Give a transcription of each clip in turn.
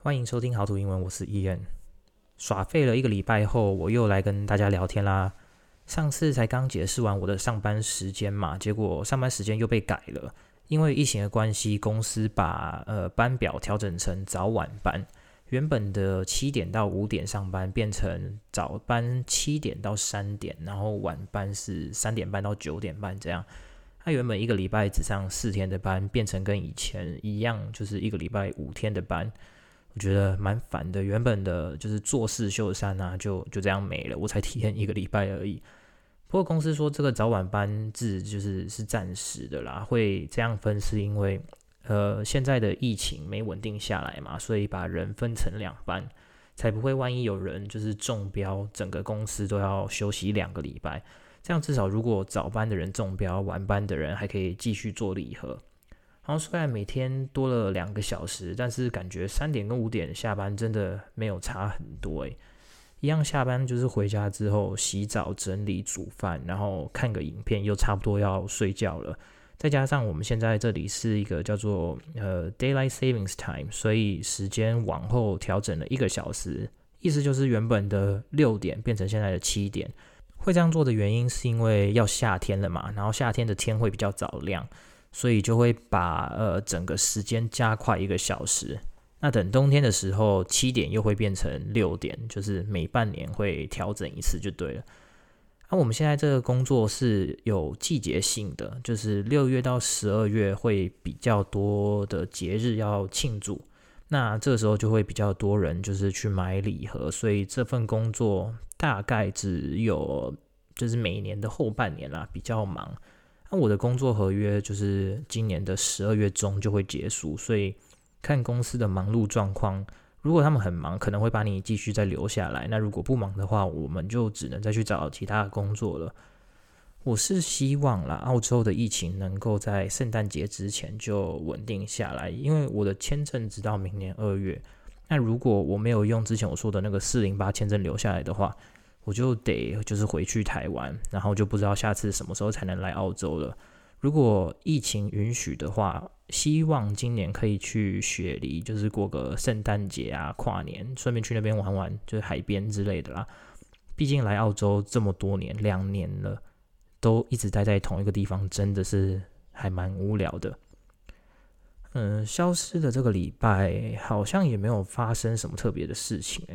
欢迎收听好土英文，我是 Ian。耍废了一个礼拜后，我又来跟大家聊天啦。上次才刚解释完我的上班时间嘛，结果上班时间又被改了，因为疫情的关系，公司把班表调整成早晚班，原本的7点到5点上班变成早班7点到3点，然后晚班是3点半到9点半这样。他原本一个礼拜只上4天的班，变成跟以前一样，就是一个礼拜5天的班。我觉得蛮烦的，原本的就是做事秀山啊，就这样没了，我才体验一个礼拜而已。不过公司说这个早晚班制是暂时的啦，会这样分是因为现在的疫情没稳定下来嘛，所以把人分成2班，才不会万一有人就是中标，整个公司都要休息2个礼拜。这样至少如果早班的人中标，晚班的人还可以继续做礼盒。然后虽然每天多了2个小时，但是感觉3点跟5点下班真的没有差很多诶。一样下班就是回家之后洗澡、整理、煮饭，然后看个影片，又差不多要睡觉了。再加上我们现在这里是一个叫做Daylight Savings Time， 所以时间往后调整了1个小时，意思就是原本的6点变成现在的7点。会这样做的原因是因为要夏天了嘛，然后夏天的天会比较早亮。所以就会把整个时间加快1个小时。那等冬天的时候，7点又会变成6点，就是每半年会调整一次就对了。我们现在这个工作是有季节性的，就是6月到12月会比较多的节日要庆祝，那这个时候就会比较多人就是去买礼盒，所以这份工作大概只有就是每年的后半年啦比较忙。那我的工作合约就是今年的12月中就会结束，所以看公司的忙碌状况，如果他们很忙，可能会把你继续再留下来，那如果不忙的话，我们就只能再去找其他的工作了。我是希望啦，澳洲的疫情能够在圣诞节之前就稳定下来，因为我的签证直到明年2月，那如果我没有用之前我说的那个408签证留下来的话，我就得就是回去台湾，然后就不知道下次什么时候才能来澳洲了。如果疫情允许的话，希望今年可以去雪梨，就是过个圣诞节啊、跨年，顺便去那边玩玩，就是海边之类的啦。毕竟来澳洲这么多年，2年了，都一直待在同一个地方，真的是还蛮无聊的。消失的这个礼拜好像也没有发生什么特别的事情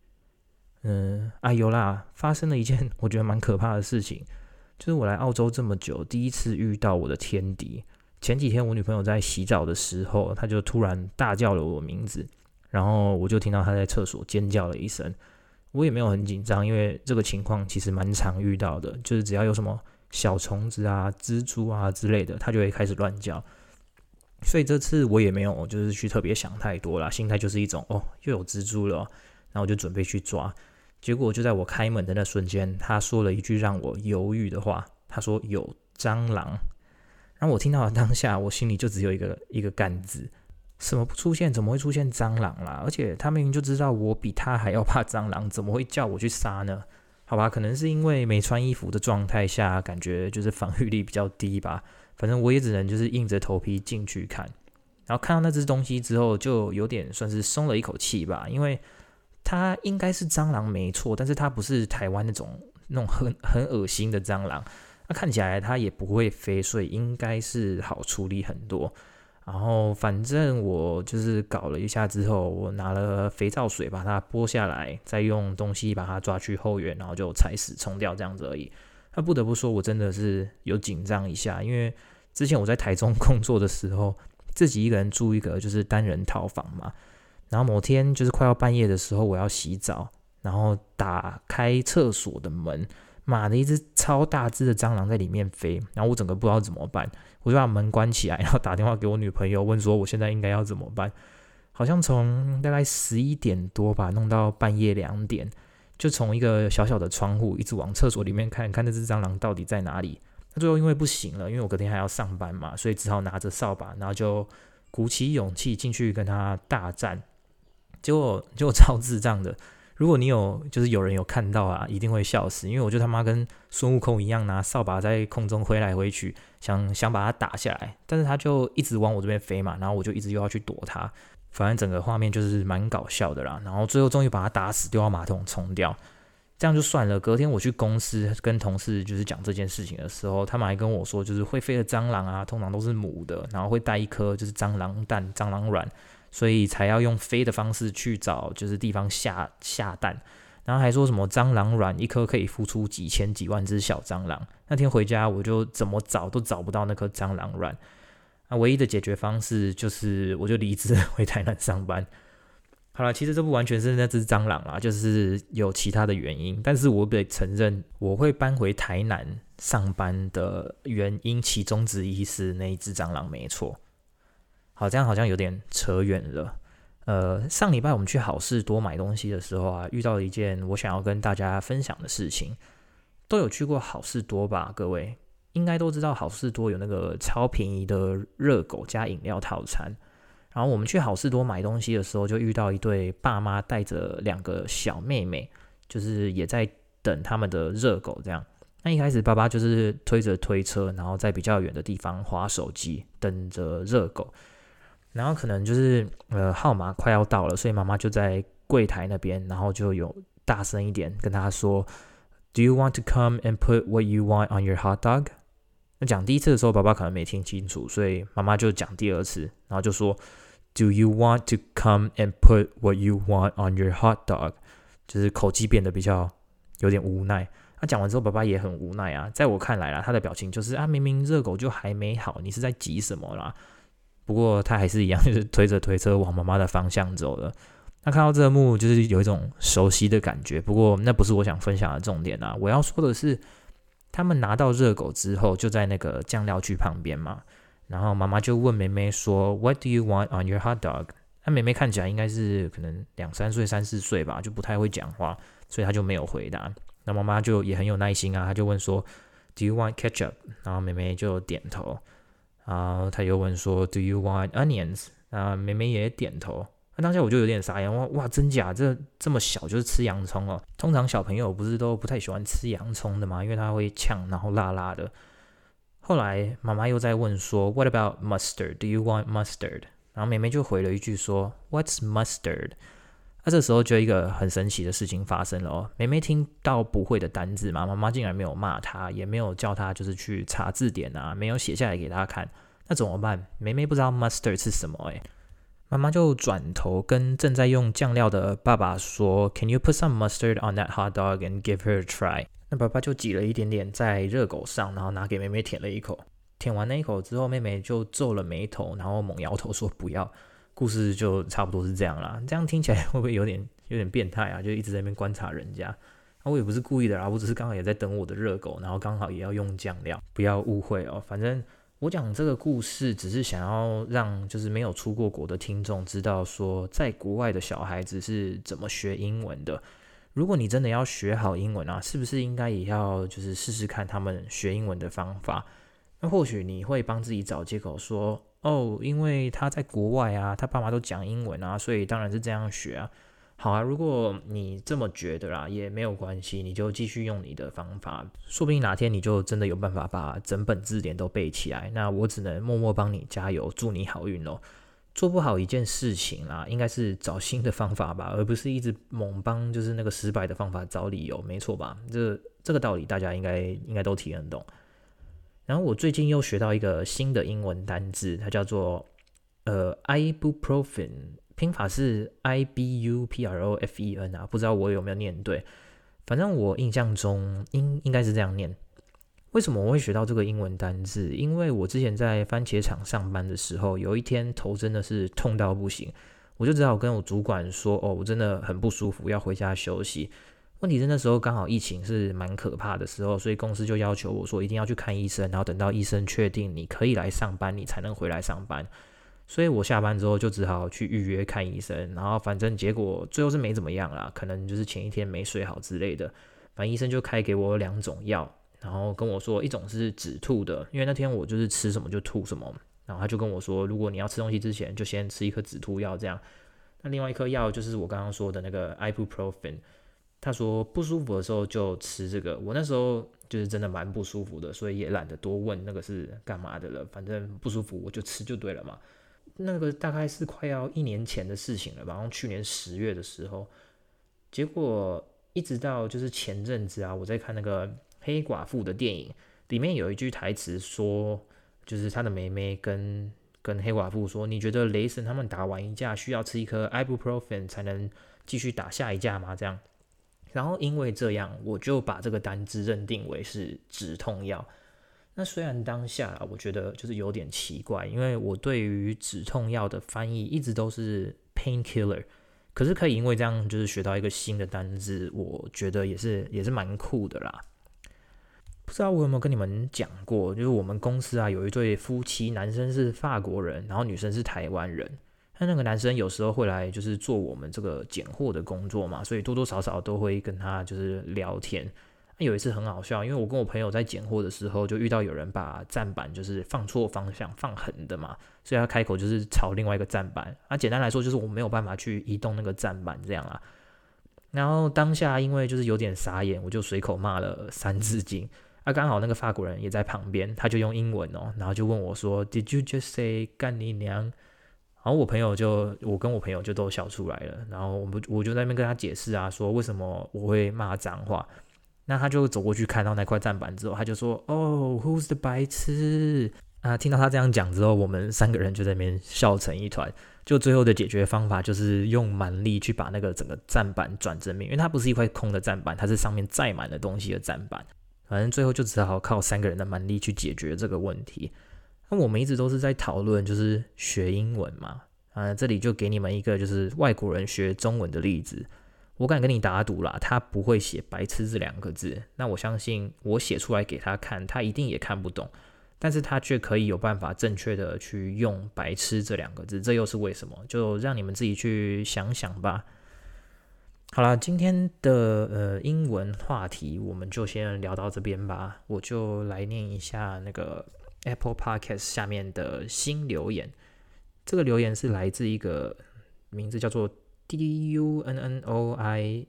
有啦，发生了一件我觉得蛮可怕的事情，就是我来澳洲这么久，第一次遇到我的天敌。前几天我女朋友在洗澡的时候，她就突然大叫了我名字，然后我就听到她在厕所尖叫了一声。我也没有很紧张，因为这个情况其实蛮常遇到的，就是只要有什么小虫子啊、蜘蛛啊之类的，她就会开始乱叫。所以这次我也没有就是去特别想太多啦，心态就是一种又有蜘蛛了然后我就准备去抓。结果就在我开门的那瞬间，他说了一句让我犹豫的话，他说有蟑螂。然后我听到的当下，我心里就只有一个干字，什么不出现，怎么会出现蟑螂啦？而且他明明就知道我比他还要怕蟑螂，怎么会叫我去杀呢？好吧，可能是因为没穿衣服的状态下，感觉就是防御力比较低吧。反正我也只能就是硬着头皮进去看，然后看到那只东西之后，就有点算是松了一口气吧，因为它应该是蟑螂没错，但是它不是台湾那种很恶心的蟑螂，那看起来它也不会飞，所以应该是好处理很多。然后反正我就是搞了一下之后，我拿了肥皂水把它剥下来，再用东西把它抓去后院，然后就踩死冲掉这样子而已。那不得不说，我真的是有紧张一下，因为之前我在台中工作的时候，自己一个人住一个就是单人套房嘛。然后某天就是快要半夜的时候，我要洗澡，然后打开厕所的门，妈的一只超大只的蟑螂在里面飞，然后我整个不知道怎么办，我就把门关起来，然后打电话给我女朋友问说我现在应该要怎么办。好像从大概11点多吧，弄到半夜2点，就从一个小小的窗户一直往厕所里面看看那只蟑螂到底在哪里。那最后因为不行了，因为我隔天还要上班嘛，所以只好拿着扫把，然后就鼓起勇气进去跟他大战。结果超智障的，如果你就是有人有看到啊，一定会笑死，因为我就他妈跟孙悟空一样拿扫把在空中挥来挥去，想把他打下来，但是他就一直往我这边飞嘛，然后我就一直又要去躲他， 反正整个画面就是蛮搞笑的啦。然后最后终于把他打死，丢到马桶冲掉。这样就算了。隔天我去公司跟同事就是讲这件事情的时候，他们还跟我说，就是会飞的蟑螂啊，通常都是母的，然后会带一颗就是蟑螂蛋、蟑螂卵，所以才要用飞的方式去找就是地方下蛋。然后还说什么蟑螂卵一颗可以孵出几千几万只小蟑螂。那天回家我就怎么找都找不到那颗蟑螂卵。唯一的解决方式就是我就离职回台南上班。好了，其实这不完全是那只蟑螂啦，就是有其他的原因。但是我得承认，我会搬回台南上班的原因，其中之一是那一只蟑螂，没错。好，这样好像有点扯远了。上礼拜我们去好事多买东西的时候啊，遇到了一件我想要跟大家分享的事情。都有去过好事多吧，各位应该都知道好事多有那个超便宜的热狗加饮料套餐。然后我们去好事多买东西的时候，就遇到一对爸妈带着2个小妹妹，就是也在等他们的热狗这样。那一开始爸爸就是推着推车，然后在比较远的地方滑手机等着热狗。然后可能就是号码快要到了，所以妈妈就在柜台那边，然后就有大声一点跟他说 "Do you want to come and put what you want on your hot dog?" 那讲第一次的时候，爸爸可能没听清楚，所以妈妈就讲第2次，然后就说 "Do you want to come and put what you want on your hot dog?" 就是口气变得比较有点无奈。他讲完之后，爸爸也很无奈啊。在我看来啦，他的表情就是啊，明明热狗就还没好，你是在急什么啦？不过他还是一样，就是推着推车往妈妈的方向走了。那看到这幕，就是有一种熟悉的感觉。不过那不是我想分享的重点啊。我要说的是，他们拿到热狗之后，就在那个酱料区旁边嘛。然后妈妈就问妹妹说 "What do you want on your hot dog?" 那妹妹看起来应该是可能2-3岁、3-4岁吧，就不太会讲话，所以她就没有回答。那妈妈就也很有耐心啊，她就问说 "Do you want ketchup?" 然后妹妹就点头。然后她又问说 "Do you want onions?" 妹妹也点头。那当下我就有点傻眼，哇，真假？这么小就是吃洋葱哦？通常小朋友不是都不太喜欢吃洋葱的吗？因为它会呛，然后辣辣的。后来妈妈又在问说 "What about mustard? Do you want mustard?" 然后妹妹就回了一句说 "What's mustard?" 这时候就一个很神奇的事情发生了哦。妹妹听到不会的单字嘛，妈妈竟然没有骂她，也没有叫她就是去查字典啊，没有写下来给她看。那怎么办？妹妹不知道 mustard 是什么妈妈就转头跟正在用酱料的爸爸说 "Can you put some mustard on that hot dog and give her a try?" 那爸爸就挤了一点点在热狗上，然后拿给妹妹舔了一口。舔完那一口之后，妹妹就皱了眉头，然后猛摇头说不要。故事就差不多是这样啦。这样听起来会不会有点变态啊？就一直在那边观察人家。我也不是故意的啦，我只是刚好也在等我的热狗，然后刚好也要用酱料，不要误会哦。反正我讲这个故事只是想要让就是没有出过国的听众知道说，在国外的小孩子是怎么学英文的。如果你真的要学好英文啊，是不是应该也要就是试试看他们学英文的方法？那或许你会帮自己找借口说，因为他在国外啊，他爸妈都讲英文啊，所以当然是这样学啊。好啊，如果你这么觉得啦，也没有关系，你就继续用你的方法，说不定哪天你就真的有办法把整本字典都背起来。那我只能默默帮你加油，祝你好运咯。做不好一件事情啦，应该是找新的方法吧，而不是一直猛帮就是那个失败的方法找理由，没错吧？这个道理大家应该都听得懂。然后我最近又学到一个新的英文单字，它叫做ibuprofen， 拼法是 ibuprofen 啊，不知道我有没有念对，反正我印象中应该是这样念。为什么我会学到这个英文单字？因为我之前在番茄厂上班的时候，有一天头真的是痛到不行，我就只好跟我主管说，我真的很不舒服，要回家休息。问题是那时候刚好疫情是蛮可怕的时候，所以公司就要求我说一定要去看医生，然后等到医生确定你可以来上班，你才能回来上班。所以我下班之后就只好去预约看医生，然后反正结果最后是没怎么样啦，可能就是前一天没睡好之类的。反正医生就开给我2种药，然后跟我说一种是止吐的，因为那天我就是吃什么就吐什么，然后他就跟我说，如果你要吃东西之前就先吃一颗止吐药这样。那另外一颗药就是我刚刚说的那个 ibuprofen， 他说不舒服的时候就吃这个。我那时候就是真的蛮不舒服的，所以也懒得多问那个是干嘛的了，反正不舒服我就吃就对了嘛。 那个大概是快要1年前的事情了吧，好像去年10月的时候。结果一直到就是前阵子啊，我在看那个黑寡妇的电影，里面有一句台词说，就是他的妹妹跟黑寡妇说：“你觉得雷神他们打完一架需要吃一颗 ibuprofen 才能继续打下一架吗？”这样，然后因为这样，我就把这个单字认定为是止痛药。那虽然当下我觉得就是有点奇怪，因为我对于止痛药的翻译一直都是 painkiller， 可是可以因为这样就是学到一个新的单字，我觉得也是蛮酷的啦。不知道我有没有跟你们讲过，就是我们公司啊有一对夫妻，男生是法国人，然后女生是台湾人。那个男生有时候会来就是做我们这个拣货的工作嘛，所以多多少少都会跟他就是聊天。有一次很好笑，因为我跟我朋友在拣货的时候，就遇到有人把站板就是放错方向，放横的嘛，所以他开口就是朝另外一个站板。简单来说就是我没有办法去移动那个站板这样啦。然后当下因为就是有点傻眼，我就随口骂了3字经。刚好那个法国人也在旁边，他就用英文然后就问我说 "Did you just say 干你娘"？然后我跟我朋友就都笑出来了。然后我就在那边跟他解释啊，说为什么我会骂脏话。那他就走过去看到那块站板之后，他就说who's the 白痴啊？听到他这样讲之后，我们3个人就在那边笑成一团。就最后的解决方法就是用蛮力去把那个整个站板转正面，因为它不是一块空的站板，它是上面载满了东西的站板。反正最后就只好靠3个人的蛮力去解决这个问题。那我们一直都是在讨论就是学英文嘛，这里就给你们一个就是外国人学中文的例子。我敢跟你打赌啦，他不会写白痴这2个字，那我相信我写出来给他看，他一定也看不懂，但是他却可以有办法正确的去用白痴这2个字，这又是为什么？就让你们自己去想想吧。好啦，今天的英文话题我们就先聊到这边吧。我就来念一下那个 Apple Podcast 下面的新留言。这个留言是来自一个名字叫做 DUNNOINNOCENT，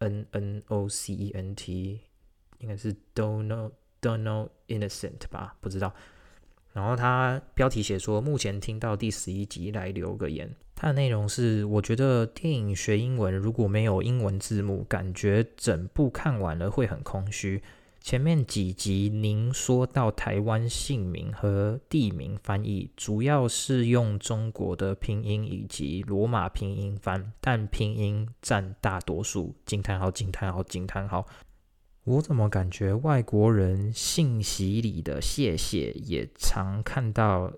应该是 Donald Innocent 吧，不知道。然后他标题写说，目前听到第11集来留个言。它的内容是，我觉得电影学英文如果没有英文字幕，感觉整部看完了会很空虚。前面几集您说到台湾姓名和地名翻译，主要是用中国的拼音以及罗马拼音翻，但拼音占大多数。惊叹号惊叹号惊叹号！我怎么感觉外国人信息里的谢谢也常看到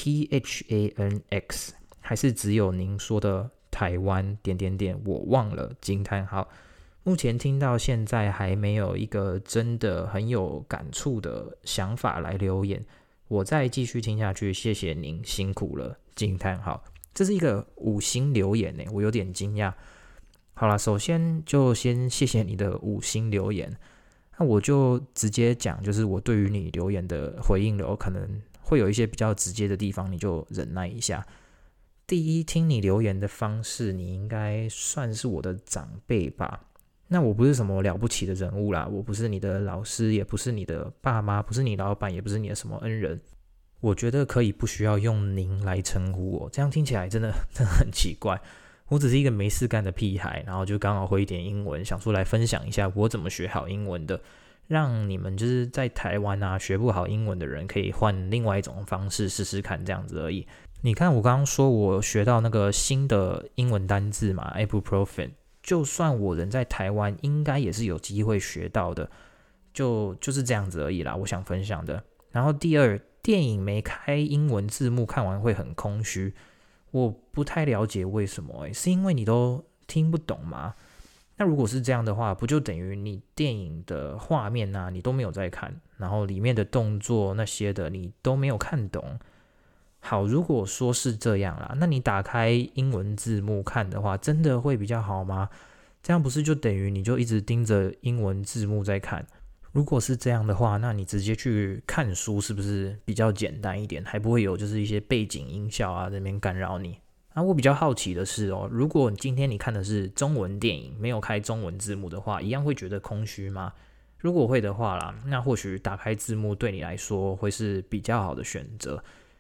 THANX？还是只有您说的台湾……我忘了惊叹号。目前听到现在还没有一个真的很有感触的想法来留言，我再继续听下去，谢谢您辛苦了惊叹号。这是一个5星留言耶，我有点惊讶。好啦，首先就先谢谢你的5星留言，那我就直接讲，就是我对于你留言的回应了，可能会有一些比较直接的地方，你就忍耐一下。第一，听你留言的方式，你应该算是我的长辈吧？那我不是什么了不起的人物啦，我不是你的老师，也不是你的爸妈，不是你老板，也不是你的什么恩人。我觉得可以不需要用您来称呼我，这样听起来真的很奇怪。我只是一个没事干的屁孩，然后就刚好会一点英文，想说来分享一下我怎么学好英文的，让你们就是在台湾啊学不好英文的人可以换另外一种方式试试看，这样子而已。你看我刚刚说我学到那个新的英文单字嘛 ibuprofen， 就算我人在台湾应该也是有机会学到的，就是这样子而已啦，我想分享的。然后第二，电影没开英文字幕看完会很空虚，我不太了解为什么是因为你都听不懂吗？那如果是这样的话，不就等于你电影的画面啊你都没有在看，然后里面的动作那些的你都没有看懂。好，如果说是这样啦，那你打开英文字幕看的话，真的会比较好吗？这样不是就等于你就一直盯着英文字幕在看？如果是这样的话，那你直接去看书是不是比较简单一点，还不会有就是一些背景音效啊在那边干扰你？我比较好奇的是如果今天你看的是中文电影，没有开中文字幕的话，一样会觉得空虚吗？如果会的话啦，那或许打开字幕对你来说会是比较好的选择。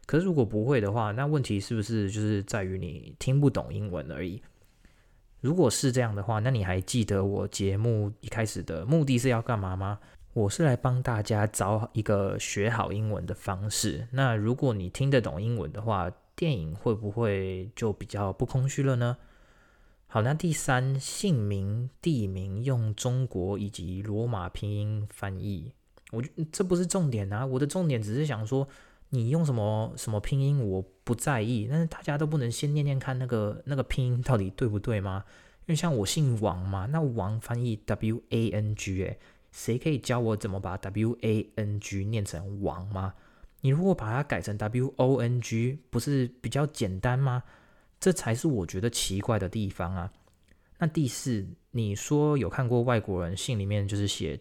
可是如果不会的话，那问题是不是就是在于你听不懂英文而已？如果是这样的话，那你还记得我节目一开始的目的是要干嘛吗？我是来帮大家找一个学好英文的方式。那如果你听得懂英文的话，电影会不会就比较不空虚了呢？好，那第三，姓名、地名用中国以及罗马拼音翻译，这不是重点啊。我的重点只是想说，你用什么拼音我不在意，但是大家都不能先念念看那个拼音到底对不对吗？因为像我姓王嘛，那王翻译 WANG，谁可以教我怎么把 WANG 念成王吗？你如果把它改成 WONG， 不是比较简单吗？这才是我觉得奇怪的地方啊。那第四，你说有看过外国人信里面就是写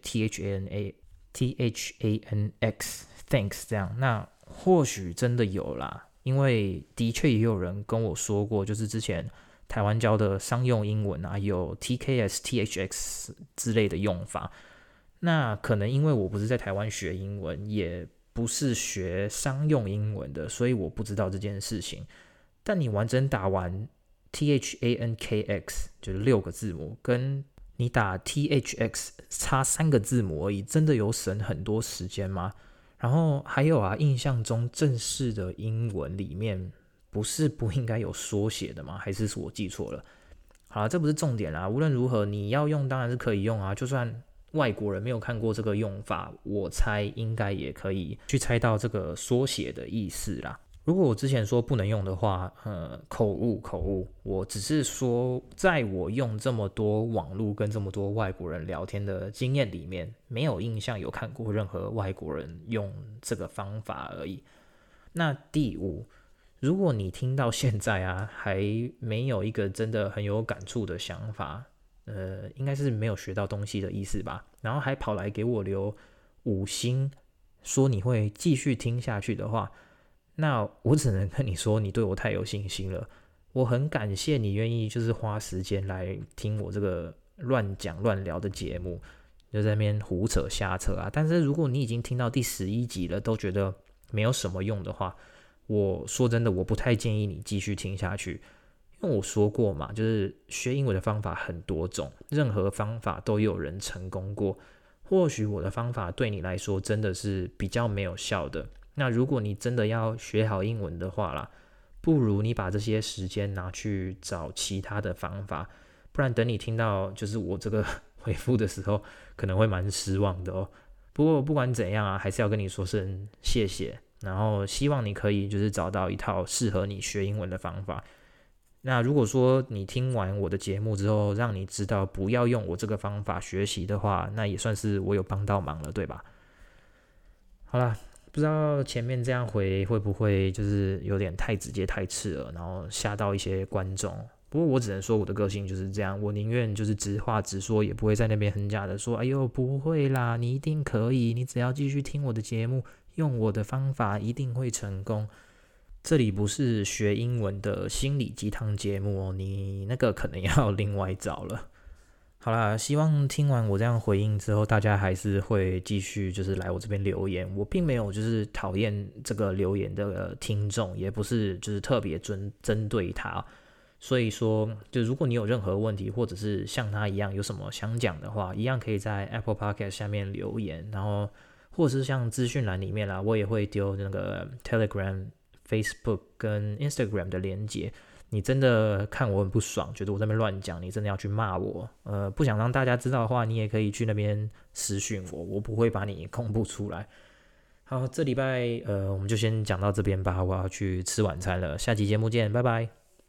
THANX thanks 这样，那或许真的有啦，因为的确也有人跟我说过，就是之前台湾教的商用英文啊，有 TKS、THX 之类的用法。那可能因为我不是在台湾学英文，也不是学商用英文的，所以我不知道这件事情。但你完整打完 THANKX 就是6个字母，跟你打 THX 差3个字母而已，真的有省很多时间吗？然后还有啊，印象中正式的英文里面不应该有缩写的吗？还是我记错了？好啦，这不是重点啦。无论如何，你要用当然是可以用啊，就算外国人没有看过这个用法，我猜应该也可以去猜到这个缩写的意思啦。如果我之前说不能用的话，口误，我只是说，在我用这么多网络跟这么多外国人聊天的经验里面，没有印象有看过任何外国人用这个方法而已。那第五，如果你听到现在啊，还没有一个真的很有感触的想法，应该是没有学到东西的意思吧，然后还跑来给我留5星，说你会继续听下去的话，那我只能跟你说，你对我太有信心了。我很感谢你愿意就是花时间来听我这个乱讲乱聊的节目，就在那边胡扯瞎扯啊。但是如果你已经听到第11集了，都觉得没有什么用的话，我说真的，我不太建议你继续听下去。因为我说过嘛，就是学英文的方法很多种，任何方法都有人成功过。或许我的方法对你来说真的是比较没有效的。那如果你真的要学好英文的话啦，不如你把这些时间拿去找其他的方法，不然等你听到就是我这个回复的时候，可能会蛮失望的哦。不过不管怎样啊，还是要跟你说声谢谢，然后希望你可以就是找到一套适合你学英文的方法。那如果说你听完我的节目之后，让你知道不要用我这个方法学习的话，那也算是我有帮到忙了，对吧？好啦，不知道前面这样回会不会就是有点太直接太刺耳，然后吓到一些观众。不过我只能说我的个性就是这样，我宁愿就是直话直说，也不会在那边很假的说，哎呦不会啦，你一定可以，你只要继续听我的节目，用我的方法一定会成功。这里不是学英文的心理鸡汤节目哦，你那个可能要另外找了。好啦，希望听完我这样回应之后，大家还是会继续就是来我这边留言。我并没有就是讨厌这个留言的听众，也不是就是特别针对他。所以说，就如果你有任何问题，或者是像他一样有什么想讲的话，一样可以在 Apple Podcast 下面留言，然后或者是像资讯栏里面啦，我也会丢那个 Telegram、Facebook 跟 Instagram 的连结。你真的看我很不爽，觉得我在那边乱讲，你真的要去骂我，不想让大家知道的话，你也可以去那边私讯我，我不会把你公布出来。好，这礼拜我们就先讲到这边吧，我要去吃晚餐了，下期节目见，拜拜。